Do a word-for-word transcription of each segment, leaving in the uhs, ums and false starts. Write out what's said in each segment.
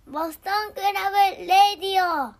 ボストンクラブレディオ。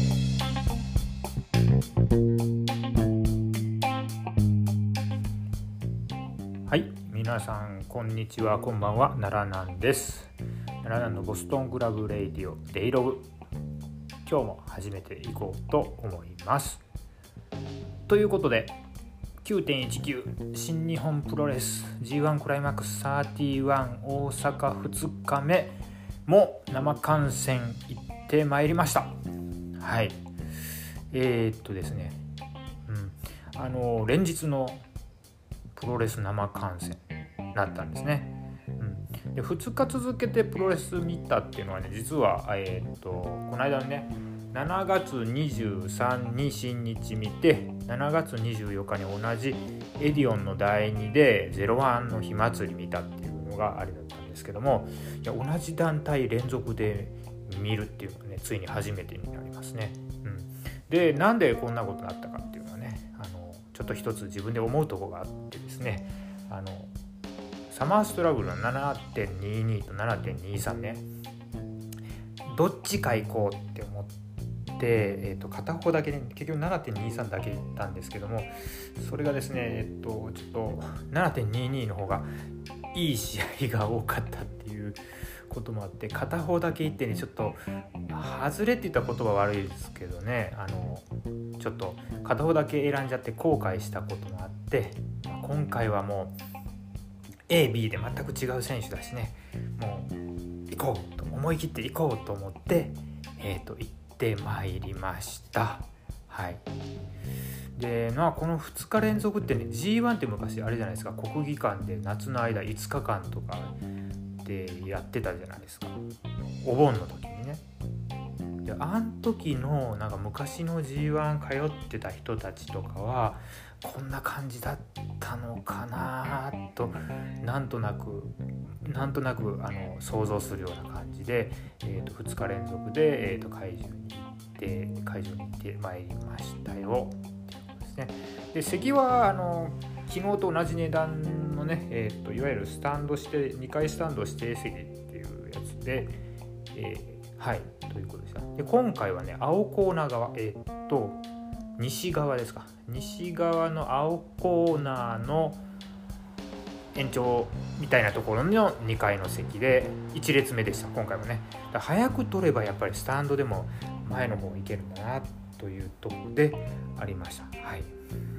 はい、皆さんこんにちは、こんばんは。奈良南です。奈良南のボストンクラブレディオデイログ、今日も始めていこうと思います。ということで きゅうてんいちきゅう 新日本プロレス ジーワン クライマックスさんじゅういち大阪ふつかめも生観戦行ってまいりました。はい、えー、っとですね、うん、あの連日のプロレス生観戦だったんですね。うん、でふつか続けてプロレス見たっていうのはね、実は、えー、っとこの間のねしちがつにじゅうさんにちに新日見て、しちがつにじゅうよっかに同じエディオンのだいにでゼロワンの火祭り見たっていうのがあれだったんですけども、いや同じ団体連続で見るっていうのはね、ついに初めてになりますね。うん、でなんでこんなことになったかっていうのはね、あのちょっと一つ自分で思うところがあってですね、あのサマーストラグルの ななてんにじゅうに と ななてんにじゅうさん ね、どっちか行こうって思って、えー、と片方だけね、結局 ななてんにじゅうさん だけ行ったんですけども、それがですね、えっ、ー、とちょっと ななてんにじゅうに の方がいい試合が多かったっていうこともあって、片方だけ行ってね、ちょっと外れって言ったら言葉悪いですけどね、あのちょっと片方だけ選んじゃって後悔したこともあって、今回はもう エー、ビー で全く違う選手だしね、もう行こうと思い切って行こうと思って、えー、と行ってまいりました。はい。で、まあ、このふつか連続ってね、 ジーワン って昔あれじゃないですか、国技館で夏の間いつかかんとかでやってたじゃないですか、お盆の時にね。であん時のなんか昔の ジーワン 通ってた人たちとかはこんな感じだったのかなと、なんとなくなんとなくあの想像するような感じで、えー、とふつか連続で、えー、と会場に行って会場に行ってまいりましたよっていうことですね。で席はあの昨日と同じ値段のね、えー、といわゆるスタンドしてにかいスタンド指定席っていうやつで、えー、はいということでした。で今回はね、青コーナー側、えっ、ー、と西側ですか、西側の青コーナーの延長みたいなところのにかいの席でいち列目でした、今回もね。だ早く取ればやっぱりスタンドでも前の方行けるんだなというところでありました。はい。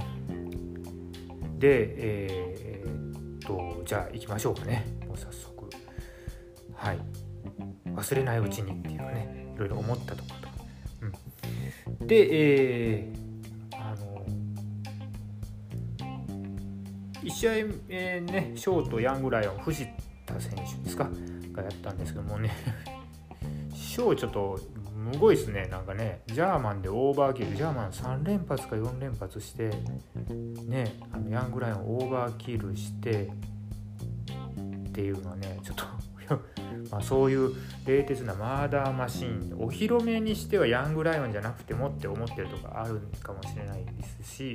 で、えー、っとじゃあ行きましょうかね、もう早速。はい。忘れないうちにっていうかね、いろいろ思ったところとか、うん、で、えーあのいち試合、えーね、ショートヤングライオン藤田選手ですかがやったんですけどもねショーちょっとむごいですね。なんかね、ジャーマンでオーバーキル、ジャーマンさん連発かよん連発してね、あのヤングライオンオーバーキルしてっていうのはね、ちょっとまあそういう冷徹なマーダーマシーン、お披露目にしてはヤングライオンじゃなくてもって思ってるとこあるかもしれないですし、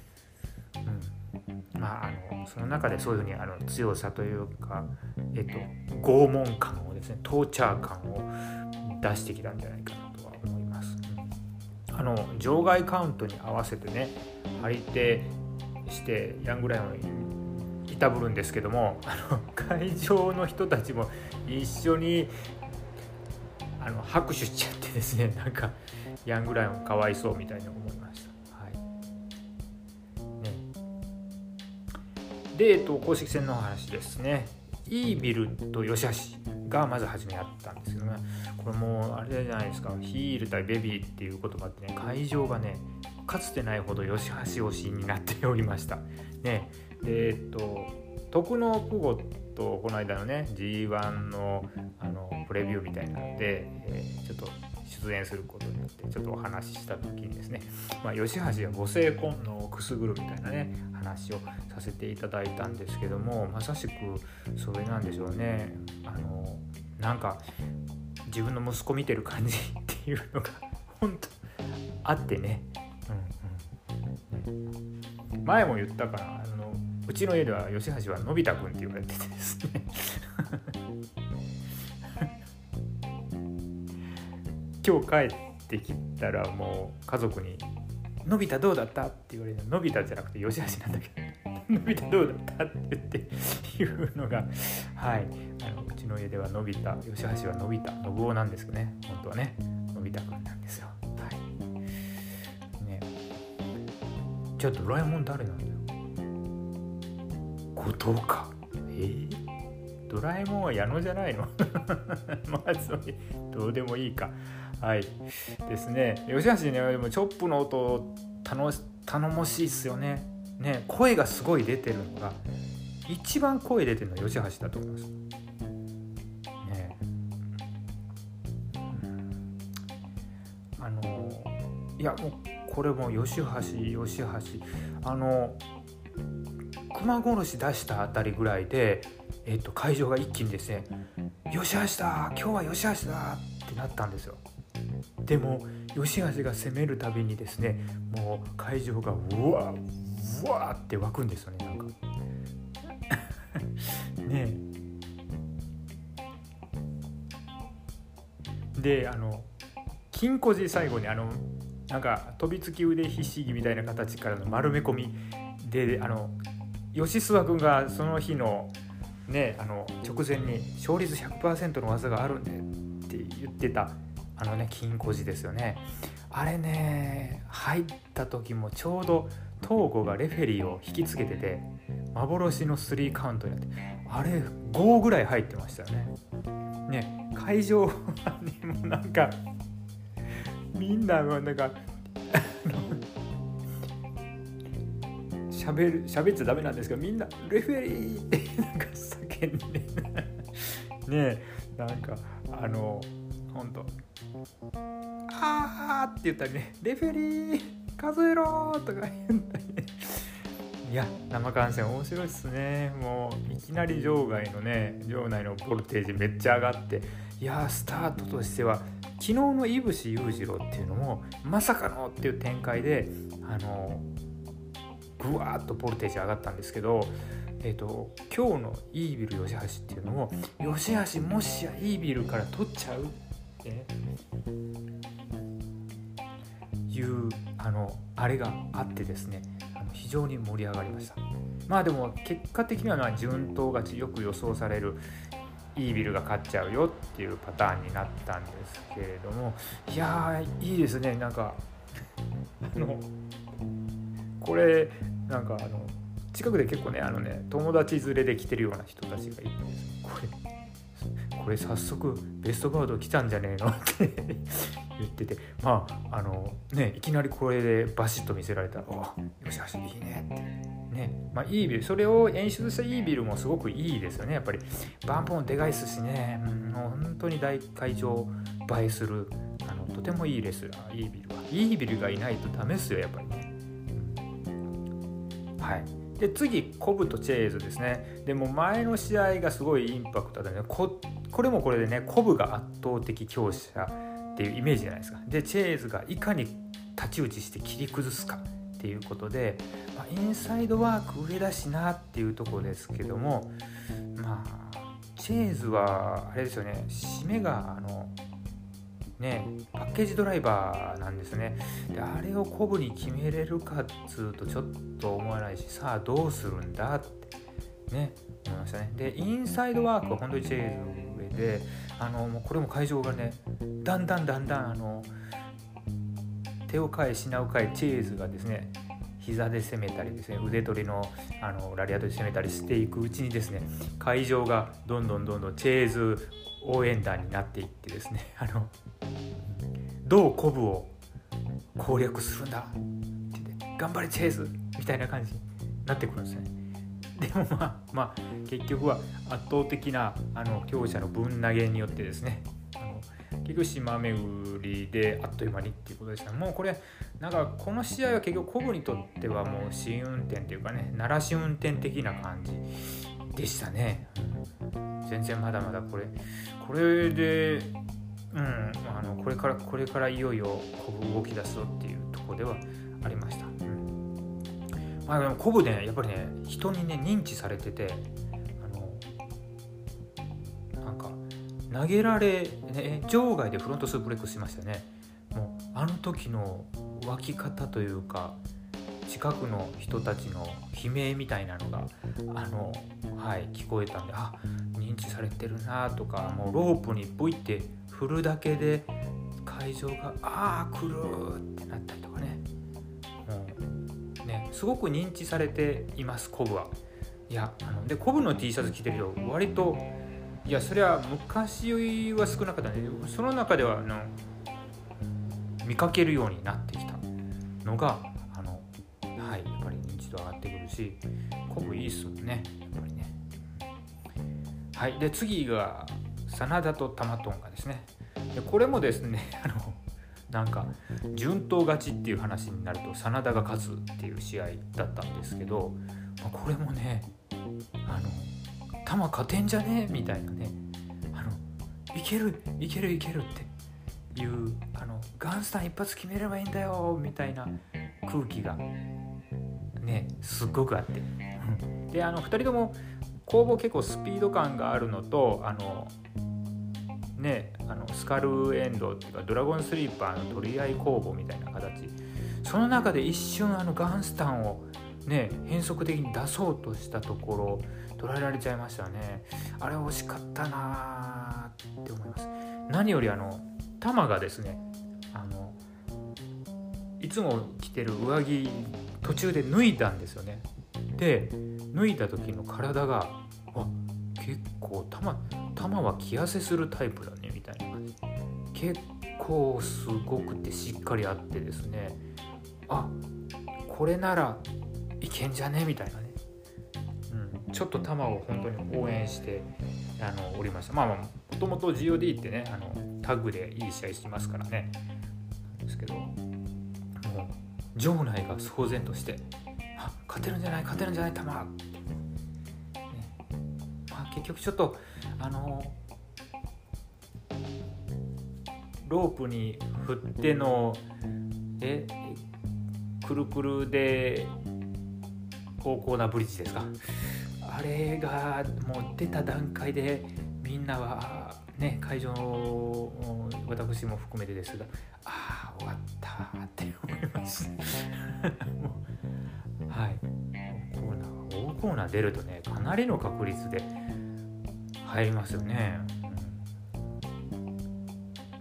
うん、まあ、あのその中でそういうふうにあの強さというか、えっと、拷問感をですね、トーチャー感を出してきたんじゃないかなとは思います。うん、あの場外カウントに合わせてね、張り手してヤングライオンいたぶるんですけども、あの会場の人たちも一緒にあの拍手しちゃってですね、なんかヤングライオンかわいそうみたいに思いました。はいね、で、えっと、公式戦の話ですね。イービルとヨシハシがまず初めあったんですけどね、これもうあれじゃないですか、ヒール対ベビーっていう言葉ってね、会場がねかつてないほどヨシハシ推しになっておりましたね。で、えっと徳のプゴとこの間のね ジーワン の, あのプレビューみたいなので、えー、ちょっと出演することによってちょっとお話しした時にですね、まあ、吉橋はご成婚のくすぐるみたいなね話をさせていただいたんですけども、まさしくそれなんでしょうね。あのなんか自分の息子見てる感じっていうのが本当あってね、うんうん、前も言ったかな、あのうちの家では吉橋はのび太くんって言われててですね今日帰ってきたらもう家族にのび太どうだったって言われるの。のび太じゃなくてよしあしなんだけどのび太どうだったって言って言うのが、はい、あのうちの家ではのび太、よしあしはのび太、のぶおなんですけどね、本当はねのび太くんなんですよ。はいね、じゃあドラえもん誰なんだよ。後藤か。えー、ドラえもんは矢野じゃないのまあそれどうでもいいか。はいですね。よしあしね、でもチョップの音頼頼もしいっすよね。ね、声がすごい出てるのが、一番声出てるのはよしあしだと思います。ね、あのいやもうこれもよしあしよしあしあの熊殺し出したあたりぐらいで、えっと、会場が一気にですね、よしあしだ、今日はよしあしだってなったんですよ。でもよしあしが攻めるたびにですね、もう会場がうわうわって湧くんですよね、なんかねえ。で、あの金庫寺最後にあのなんか飛びつき腕ひしぎみたいな形からの丸め込みで、あの吉諏訪君がその日のね、あの直前に勝率 ひゃくパーセント の技があるんでって言ってたあのね金庫寺ですよね。あれね、入った時もちょうど東郷がレフェリーを引きつけてて幻のスリーカウントになって、あれごぐらい入ってましたよね。ね、会場はねもうなんかみんなもなんか喋る喋っちゃダメなんですけど、みんなレフェリーってなんか叫んでねえ、なんかあのほんとあーって言ったりね、レフェリー数えろとか言ったりね。いや生観戦面白いっすね。もういきなり場外のね場内のボルテージめっちゃ上がって、いやスタートとしては昨日の井伏裕次郎っていうのもまさかのっていう展開で、あのぐわーっとボルテージ上がったんですけど、えーと、今日のイービル吉橋っていうのも、吉橋もしやイービルから取っちゃうってねいうあのあれがあってですね、あの非常に盛り上がりました。まあでも結果的には順当勝ち、よく予想されるイービルが勝っちゃうよっていうパターンになったんですけれども、いやーいいですね。なんかあのこれなんかあの近くで結構ねあのね友達連れで来てるような人たちがいるんです。これこれ早速ベストバウト来たんじゃねえのって言ってて、まああのねいきなりこれでバシッと見せられたら、およしよしいいねってね、まあイービル、それを演出したイービルもすごくいいですよね。やっぱりバンポンでかいですしね、うん、もう本当に大会場映えするあのとてもいいレスラーイービルは。イービルがいないとダメですよやっぱりね。はい、で次コブとチェーズですね。でも前の試合がすごいインパクトだね。 こ, これもこれでねコブが圧倒的強者っていうイメージじゃないですか。でチェーズがいかに太刀打ちして切り崩すかっていうことで、まあ、インサイドワーク上だしなっていうところですけども、まあチェーズはあれですよね、締めがあのね、パッケージドライバーなんですね。であれをコブに決めれるかっつうとちょっと思わないし、さあどうするんだってね思いましたね。でインサイドワークは本当にチェーズ上で、あのもうこれも会場がねだんだんだんだんあの手を変え品を変えチェーズがですね膝で攻めたりですね、腕取りの、あのラリアットで攻めたりしていくうちにですね、会場がどんどんどんどんチェーズ応援団になっていってですね、あのどうコブを攻略するんだって言って頑張れチェーズみたいな感じになってくるんですね。でもまあまあ結局は圧倒的なあの強者のぶん投げによってですね、あの結局島巡りであっという間にっていうことでした。もうこれなんかこの試合は結局コブにとってはもう試運転っていうかね、鳴らし運転的な感じでしたね。全然まだまだこれこれでうん、あのこれからこれからいよいよコブ動き出すぞっていうところではありました。うん、まあでもコブねやっぱりね人にね認知されてて、あのなんか投げられ、ね、場外でフロントスープレックスしましたよね。もうあの時の湧き方というか近くの人たちの悲鳴みたいなのがあの、はい、聞こえたんで、あ、認知されてるなとか、もうロープにブイって振るだけで会場があー来るってなったりとかね、もうねすごく認知されていますコブは。いやあのでコブの T シャツ着てる人割と、いやそれは昔は少なかったんで、その中ではあの見かけるようになってきたのがあの、はい、やっぱり認知度上がってくるし、コブいいっすもんねやっぱりね。はい、で次が真田と玉トンガですね。でこれもですねあのなんか順当勝ちっていう話になると真田が勝つっていう試合だったんですけど、まあ、これもねあの玉勝てんじゃねみたいなね、あのいけるいけるいけるっていうあのガンスタン一発決めればいいんだよみたいな空気がねすっごくあってであのふたりとも攻防結構スピード感があるのと、あのねあのスカルエンドっていうかドラゴンスリーパーの取り合い攻防みたいな形、その中で一瞬あのガンスタンをね変則的に出そうとしたところ捉えられちゃいましたね。あれ惜しかったなって思います。何よりあの玉がですね、あのいつも着てる上着途中で脱いだんですよね。で脱いだ時の体がわ結構玉玉は着痩せするタイプだねみたいな感じ、結構すごくてしっかりあってですね、あこれならいけんじゃねみたいなね、うん、ちょっと玉を本当に応援してあのおりました。まあまあもともと ジーオーディー ってねあのタッグでいい試合しますからねですけど、もう場内が騒然としてあ勝てるんじゃない勝てるんじゃない玉、ねまあ、結局ちょっとあのロープに振ってのえくるくるで高校なブリッジですか、あれがもう出た段階でみんなはね会場私も含めてですが、ああ終わったって思いますはいコーナー大コーナー出るとねかなりの確率で入りますよね、うん、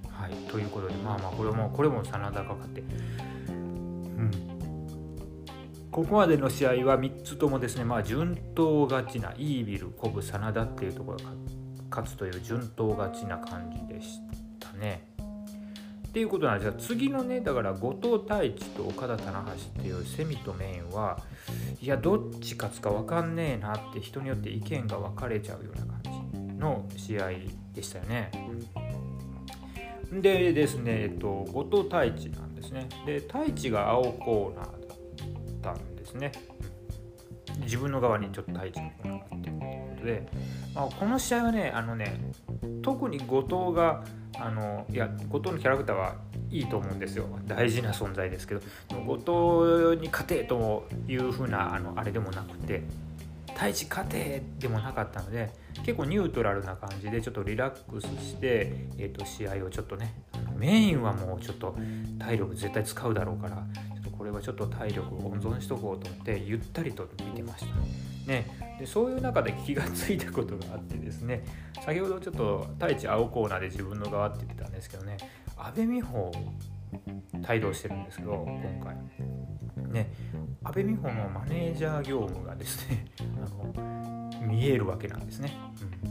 はいということでまあまあこれもこれも真田が勝って、うんここまでの試合はみっつともですね、まあ、順当勝ちなイービル、コブ、真田っていうところが勝つという順当勝ちな感じでしたね。っていうことなんですが、次のねだから後藤太一と岡田棚橋っていうセミとメインはいやどっち勝つか分かんねえなって人によって意見が分かれちゃうような感じの試合でしたよね。でですね、えっと、後藤太一なんですね。で太一が青コーナーたんですね。自分の側にちょっと太一のコーナーがあってということで、まあ、この試合はねあのね特に後藤があのいや後藤のキャラクターはいいと思うんですよ、大事な存在ですけど、後藤に勝てという風なあのあれでもなくて太一勝てでもなかったので結構ニュートラルな感じでちょっとリラックスして、えーと、試合をちょっとねメインはもうちょっと体力絶対使うだろうからこれはちょっと体力を温存しとこうと思ってゆったりと見てましたね。でそういう中で気がついたことがあってですね、先ほどちょっと太一青コーナーで自分の側って言ってたんですけどね、阿部美穂帯同してるんですけど今回ね阿部美穂のマネージャー業務がですねあの見えるわけなんですね、うん、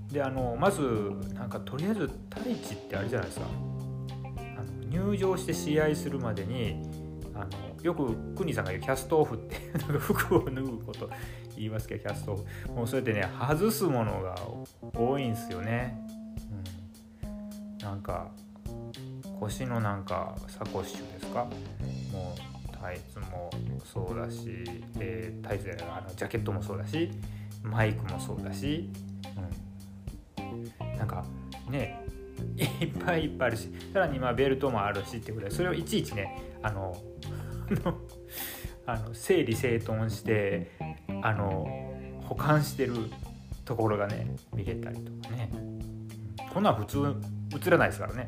であのまずなんかとりあえず太一ってあれじゃないですか、あの入場して試合するまでにあのよくクニさんが言うキャストオフってなんか服を脱ぐこと言いますけど、キャストオフもうそれでね外すものが多いんですよね、うん、なんか腰のなんかサコッシュですか、もうタイツもそうだし、えー、タイツであのジャケットもそうだしマイクもそうだし、うん、なんかねいっぱいいっぱいあるし、さらにまあベルトもあるしってことで、それをいちいちねあのあの整理整頓してあの保管してるところがね見れたりとかね、 こんなん普通映らないですからね、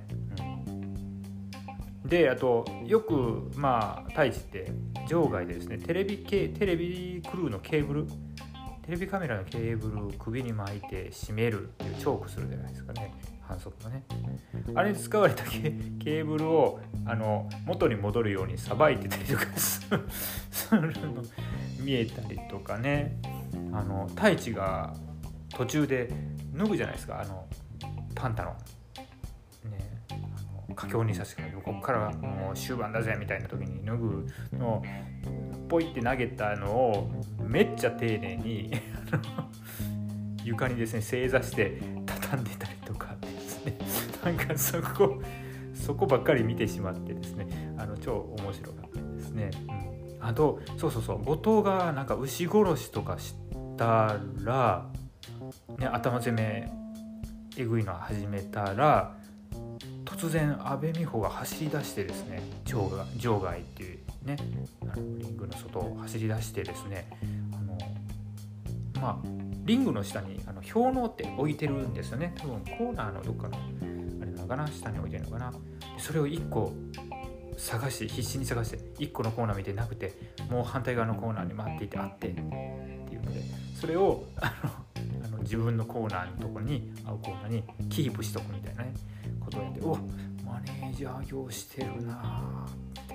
うん、であとよくまあ太一って場外でですねテレビ系テレビクルーのケーブルテレビカメラのケーブルを首に巻いて締めるっていうチョークするじゃないですかね、反則のね。あれに使われた ケ, ケーブルをあの元に戻るようにさばいてたりとかするの見えたりとかね。あの太一が途中で脱ぐじゃないですか、あのパンタのね、あの佳境に差し掛かるここからもう終盤だぜみたいな時に脱ぐのをポイって投げたのをめっちゃ丁寧に床にですね正座して畳んでたりとかですね、なんかそこそこばっかり見てしまってですね、あの超面白かったですね、うん、あとそうそうそう後藤がなんか牛殺しとかしたら、ね、頭攻めえぐいの始めたら突然阿部美穂が走り出してですね、場外、場外っていうね、あのリングの外を走り出してですね、あのまあリングの下にあの氷のって置いてるんですよね。多分コーナーのどっかのあれなのかな、下に置いてるのかな。それをいっこ探して必死に探していっこのコーナー見てなくて、もう反対側のコーナーに回っていてあってっていうので、それをあのあの自分のコーナーのところに合うコーナーにキープしとくみたいなねことをやって、おマネージャー業してるな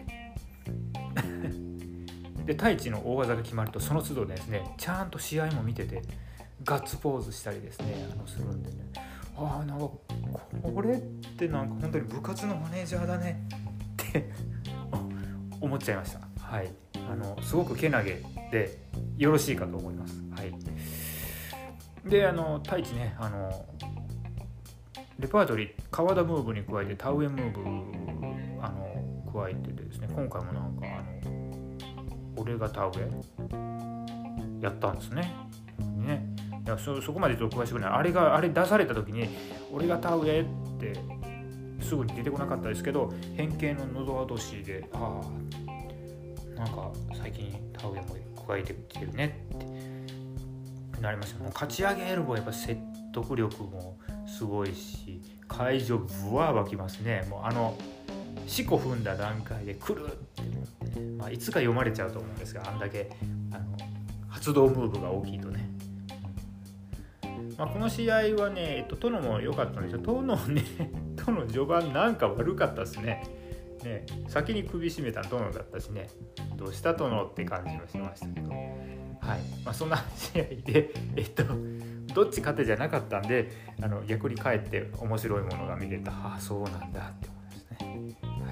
ってで太一の大技が決まるとその都度ですね、ちゃんと試合も見ててガッツポーズしたりですね、あのするんでね、ああなんかこれってなんか本当に部活のマネージャーだねって思っちゃいました。はい、あのすごくけなげでよろしいかと思います。はい。であの太一ね、あのレパートリー川田ムーブに加えて田植えムーブあの加えててですね、今回もなんかあの俺が田植えやったんですね。ね、いや そ, そこまでちょっと詳しくない。あれがあれ出された時に俺が田植えってすぐに出てこなかったですけど、変形の喉落としで、ああなんか最近田植えも加えてきてるねってなりました。もう勝ち上げエルボーやっぱ説得力もすごいし、会場ブワー沸きますね。もうあの四股踏んだ段階で来るって思って、まあ、いつか読まれちゃうと思うんですが、あんだけあの発動ムーブが大きいとね、まあ、この試合はね、えっと、殿も良かったんですよ。殿ね、殿序盤なんか悪かったですね。ね、先に首絞めた殿だったしね、どうした殿って感じはしましたけど、はい、まあ、そんな試合で、えっと、どっち勝てじゃなかったんで、あの逆にかえって面白いものが見れた、ああそうなんだって思いますね。はい、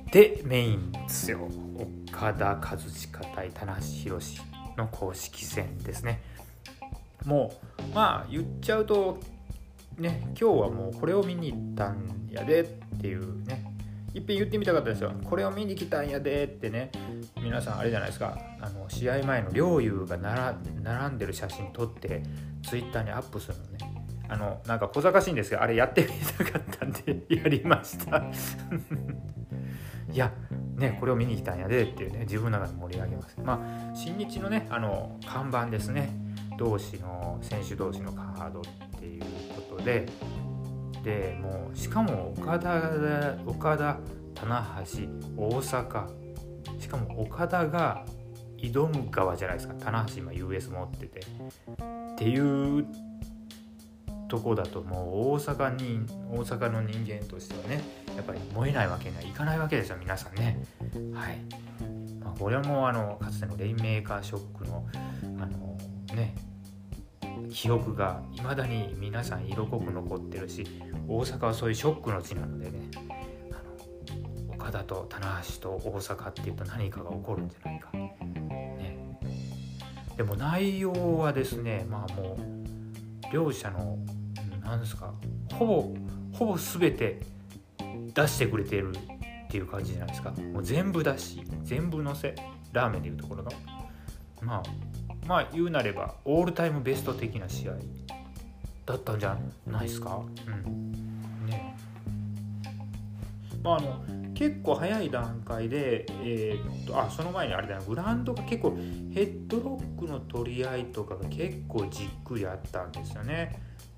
でメインですよ、岡田和親対棚橋宏の公式戦ですね。もうまあ言っちゃうとね、今日はもうこれを見に行ったんやでっていうね、いっぺん言ってみたかったですよ。これを見に来たんやでってね。皆さんあれじゃないですか、あの試合前の陵侑が並んでる写真撮ってツイッターにアップするのね、あのなんか小賢しいんですが、あれやってみたかったんでやりましたいやね、これを見に来たんやでっていうね、自分の中で盛り上げます。まあ新日のね、あの看板ですね、同士の選手同士のカードっていうことで、でもうしかも岡田岡田棚橋大阪、しかも岡田が挑む側じゃないですか。棚橋今 ユーエス 持っててっていうとこだと、もう大阪に大阪の人間としてはね、やっぱり燃えないわけにはいかないわけですよ、皆さんね。はい、まあ、これはもうあのかつてのレインメーカーショックのあのね記憶がいまだに皆さん色濃く残ってるし、大阪はそういうショックの地なのでね、あの岡田と棚橋と大阪っていうと何かが起こるんじゃないか、ね、でも内容はですね、まあもう両者の何ですか、ほぼほぼ全て出してくれてるっていう感じじゃないですか。もう全部出し全部のせ、ラーメンでいうところのまあまあ言うなればオールタイムベスト的な試合だったんじゃないですか。うんね、まああの結構早い段階で、えー、っとあその前にあれだな、グラウンドが結構ヘッドロックの取り合いとかが結構じっくりあったんですよね。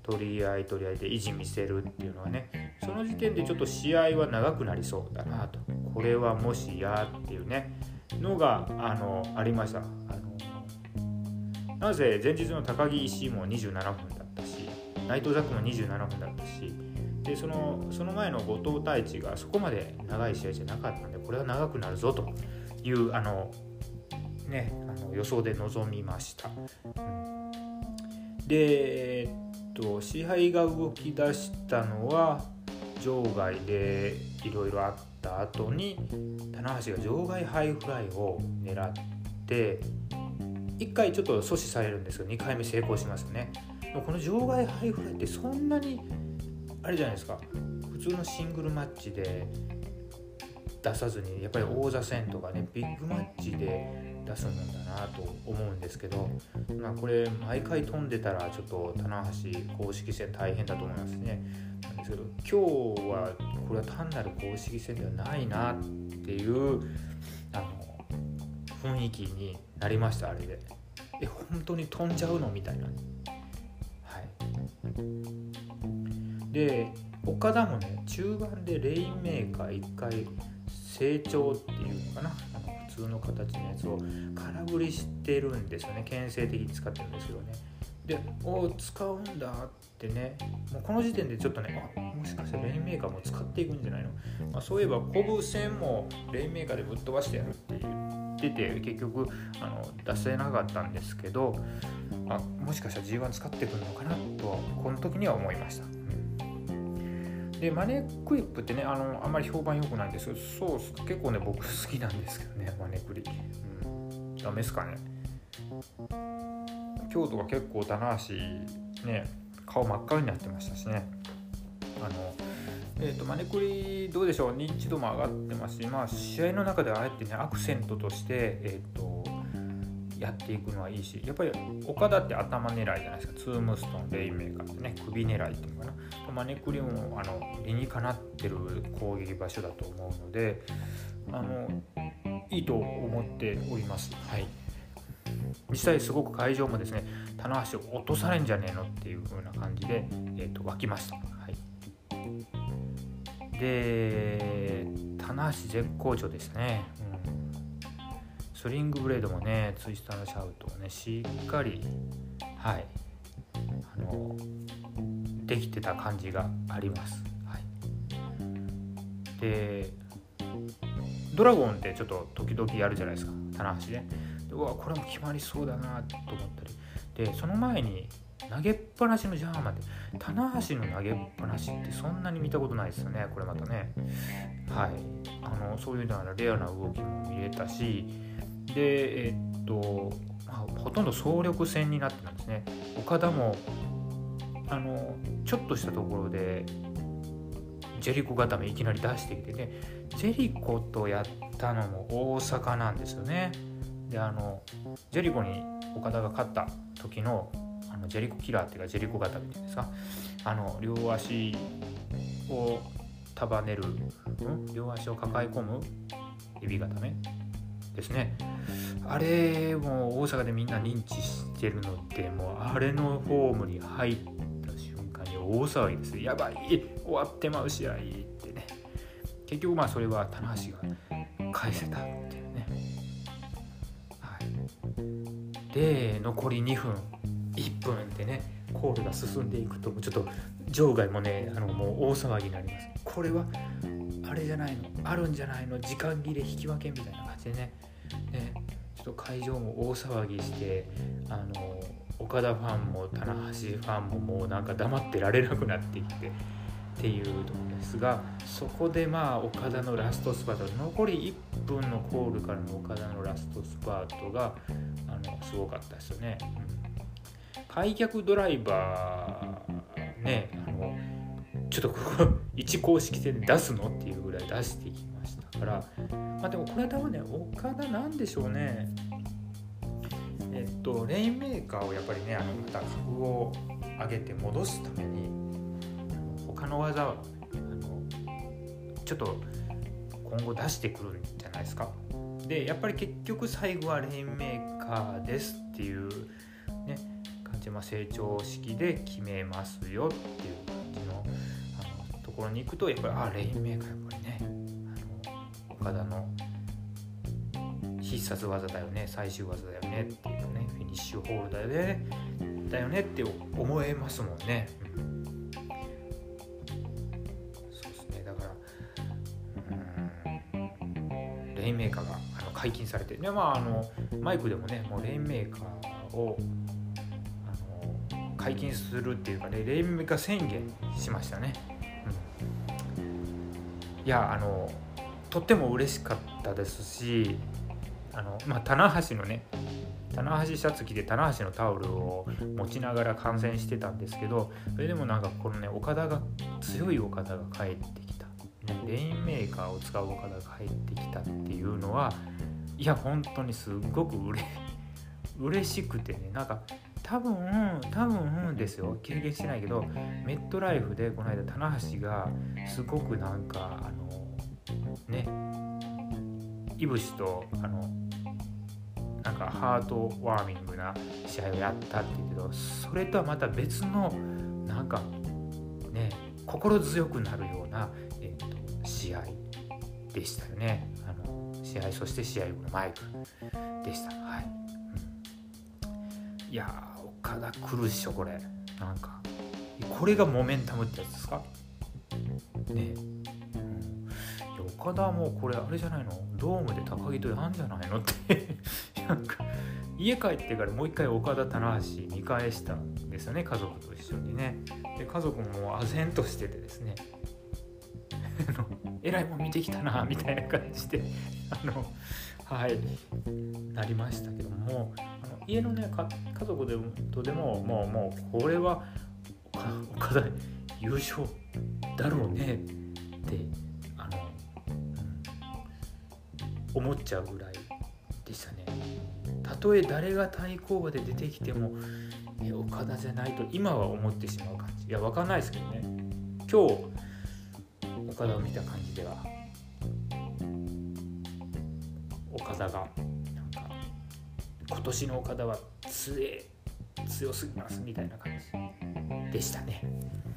取り合い取り合いで意地見せるっていうのはね、その時点でちょっと試合は長くなりそうだなと、これはもしやっていうねのがあのありました。あのなぜ前日の高木石井もにじゅうななふんだったし、内藤ザックもにじゅうななふんだったし、で そのその前の後藤太一がそこまで長い試合じゃなかったので、これは長くなるぞというあの、ね、あの予想で臨みました。うん、で、えっと、試合が動き出したのは場外でいろいろあった後に棚橋が場外ハイフライを狙っていっかいちょっと阻止されるんですけどにかいめ成功しますよね。この場外ハイフライってそんなにあれじゃないですか、普通のシングルマッチで出さずにやっぱり王座戦とかねビッグマッチで出すもんだなと思うんですけど、まあ、これ毎回飛んでたらちょっと棚橋公式戦大変だと思いますね。なんですけど今日はこれは単なる公式戦ではないなっていうあの雰囲気になりました。あれでえ本当に飛んじゃうのみたいな、はい。で岡田もね中盤でレインメーカーいっかい成長っていうのかな、あの普通の形のやつを空振りしてるんですよね。牽制的に使ってるんですけどね。でお使うんだってね、もうこの時点でちょっとね、あもしかしてレインメーカーも使っていくんじゃないの、まあ、そういえばコブ戦もレインメーカーでぶっ飛ばしてやるって言ってて結局あの出せなかったんですけど、あもしかしたら ジーワン 使ってくるのかなとはこの時には思いました。でマネークリップってね あのあんまり評判良くないんですけど、そう結構ね僕好きなんですけどね、マネクリ、うん、ダメですかね。京都が結構棚橋ね顔真っ赤になってましたしね。あのえーとマネクリどうでしょう、認知度も上がってますし、まあ試合の中ではあえてねアクセントとしてえっ、ー、とやっていくのはいいし、やっぱり岡田って頭狙いじゃないですか。ツームストン、レインメーカーってね首狙いっていうのかな。マネクリもあの理にかなってる攻撃場所だと思うので、あのいいと思っております。はい。実際すごく会場もですね、棚橋を落とされんじゃねえのっていう風な感じで、えー、と沸きました。はい。で、棚橋絶好調ですね。うん、スリングブレードもね、ツイスターのシャウトをねしっかりはい。あのできてた感じがあります。はい、でドラゴンってちょっと時々やるじゃないですか、棚橋ね。でうわこれも決まりそうだなと思ったりで、その前に投げっぱなしのジャーマンで棚橋の投げっぱなしってそんなに見たことないですよね。これまたね、はい、あのそういうのはレアな動きも見れたし、でえっと、まあ、ほとんど総力戦になってたんですね。岡田もあのちょっとしたところでジェリコ固めいきなり出してきてね、ジェリコとやったのも大阪なんですよね。であのジェリコに岡田が勝った時のあのジェリコキラーっていうかジェリコ固めっていうんですか、あの両足を束ねる、ん両足を抱え込むエビ固めですね。あれも大阪でみんな認知してるので、もうあれのフォームに入って大騒ぎです。やばい終わってまう試合ってね。結局まあそれは棚橋が返せたっていうね、はい、で残りにふんいっぷんでねコールが進んでいくとちょっと場外もねあのもう大騒ぎになります。これはあれじゃないのあるんじゃないの時間切れ引き分けみたいな感じでね、ねちょっと会場も大騒ぎしてあの岡田ファンも棚橋ファンももうなんか黙ってられなくなってきてっていうところですが、そこでまあ岡田のラストスパート、残りいっぷんのコールからの岡田のラストスパートがあのすごかったですよね。うん、開脚ドライバーね、あのちょっとここ一公式戦出すのっていうぐらい出してきましたから、まあでもこれは多分ね岡田なんでしょうね。えっと、レインメーカーをやっぱりねあのまた格を上げて戻すために他の技はあのちょっと今後出してくるんじゃないですか。でやっぱり結局最後はレインメーカーですっていう、ね、感じて、まあ、成長式で決めますよっていう感じの、あのところに行くと、やっぱりあレインメーカーやっぱりね、あの岡田の必殺技だよね、最終技だよねっていうね、フィニッシュホールだよねだよねって思えますもんね、うん、そうですね。だからうんレインメーカーがあの解禁されて、で、まあ、あのマイクでもね、もうレインメーカーをあの解禁するっていうかね、レインメーカー宣言しましたね、うん、いや、あのとっても嬉しかったですし、あの、まあ、棚橋のね棚橋シャツ着て棚橋のタオルを持ちながら観戦してたんですけど、それでもなんかこのね、岡田が強い岡田が帰ってきた、ね、レインメーカーを使う岡田が帰ってきたっていうのは、いや本当にすごくうれ嬉しくてね、なんか多分多分ですよ、経験してないけど、メットライフでこの間棚橋がすごくなんかあのねいぶしとあのなんかハートワーミングな試合をやったっていうけど、それとはまた別のなんかね心強くなるような、えー、と試合でしたよね。あの試合、そして試合後のマイクでした。はい、うん、いやー岡田来るっしょこれ。なんかこれがモメンタムってやつですかね。岡田はもうこれあれじゃないの、ドームで高木とやんじゃないのってなんか家帰ってからもう一回岡田棚橋見返したんですよね、家族と一緒にね。で家族ももう唖然としててですねえらいもん見てきたなみたいな感じであのはいなりましたけども、あの家のねか家族でとでももうもうこれは岡田優勝だろうねってあの思っちゃうぐらいでしたね。たとえ誰が対抗馬で出てきても、え岡田じゃないと今は思ってしまう感じ。いや分かんないですけどね、今日岡田を見た感じでは岡田がなんか今年の岡田は強え強すぎますみたいな感じでしたね。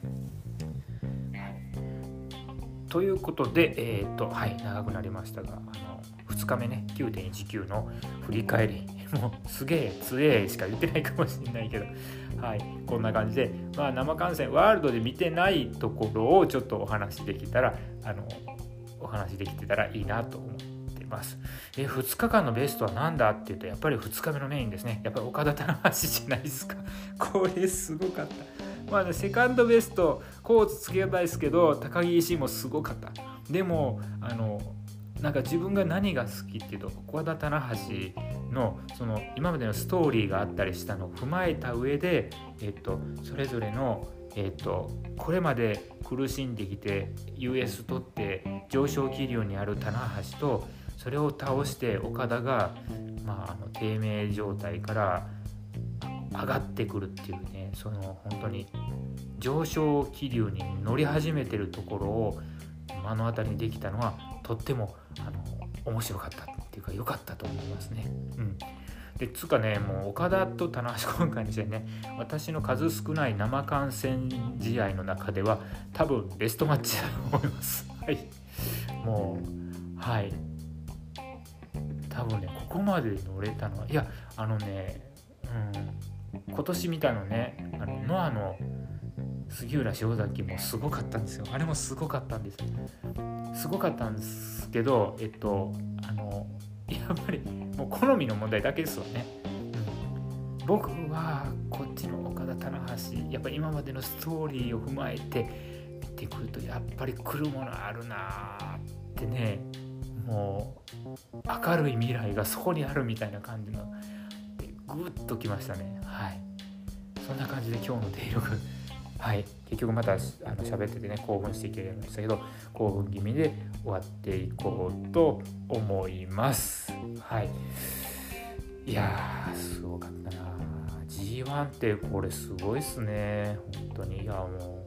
ということで、えーとはい、長くなりましたが、あのふつかめね きゅうてんいちきゅう の振り返り、もうすげえ強えしか言ってないかもしれないけど、はい、こんな感じで、まあ、生観戦ワールドで見てないところをちょっとお話できたらあのお話できてたらいいなと思ってます。えふつかかんのベストは何だっていうと、やっぱりふつかめのメインですね。やっぱり岡田棚橋じゃないですか。これすごかった。まあね、セカンドベストコーツつけたいですけど、高木石もすごかった。でもあのなんか自分が何が好きっていうと、岡田棚橋のその今までのストーリーがあったりしたのを踏まえた上で、えっとそれぞれのえっとこれまで苦しんできて ユーエス 取って上昇気流にある棚橋と、それを倒して岡田が、まあ、あの低迷状態から上がってくるっていうね、その本当に上昇気流に乗り始めてるところを目の当たりにできたのはとってもあの面白かったっていうか良かったと思いますね。うん、でつうかね、もう岡田と棚橋今回にしてね、私の数少ない生観戦試合の中では多分ベストマッチだと思います。はい、もうはい多分ねここまで乗れたのは、いやあのね、うん、今年見たのね、あのノアの杉浦塩崎もすごかったんですよ。あれもすごかったんですよ。すごかったんですけど、えっとあのやっぱりもう好みの問題だけですよね。うん、僕はこっちの岡田棚橋、やっぱり今までのストーリーを踏まえて見てくると、やっぱり来るものあるなってね、もう明るい未来がそこにあるみたいな感じのグッときましたね。はい、そんな感じで今日のデイログ、はい、結局またあの喋っててね興奮していけるんでしたけど、興奮気味で終わっていこうと思います。はい、いやーすごかったな。 ジーワン ってこれすごいっすね本当に。いやも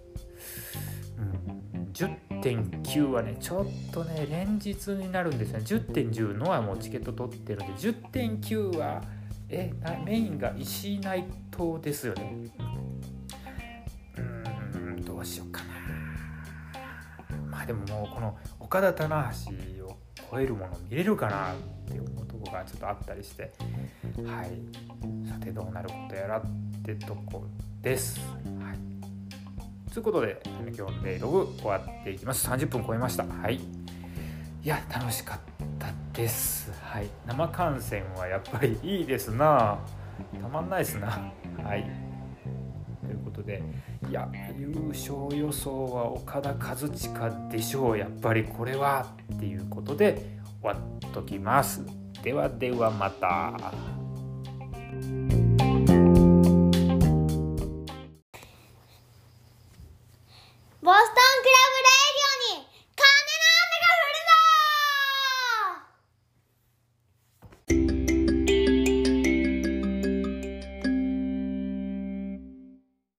う、うん、じゅってんきゅう はねちょっとね連日になるんですね。 じゅってんじゅう のはもうチケット取ってるんで、 じゅってんきゅう はえメインが石井内藤ですよね。うーんどうしようかな。まあでももうこの岡田棚橋を超えるもの見れるかなって思うところがちょっとあったりして、はい、さてどうなることやらってとこです。はい、ということで今日のデイログ終わっていきます。さんじゅっぷん超えました。はい、いや楽しかったです。はい、生観戦はやっぱりいいですな。たまんないですな。はい。ということで、いや優勝予想は岡田和親でしょう。やっぱりこれはっていうことで終わっときます。ではではまた。 ボストン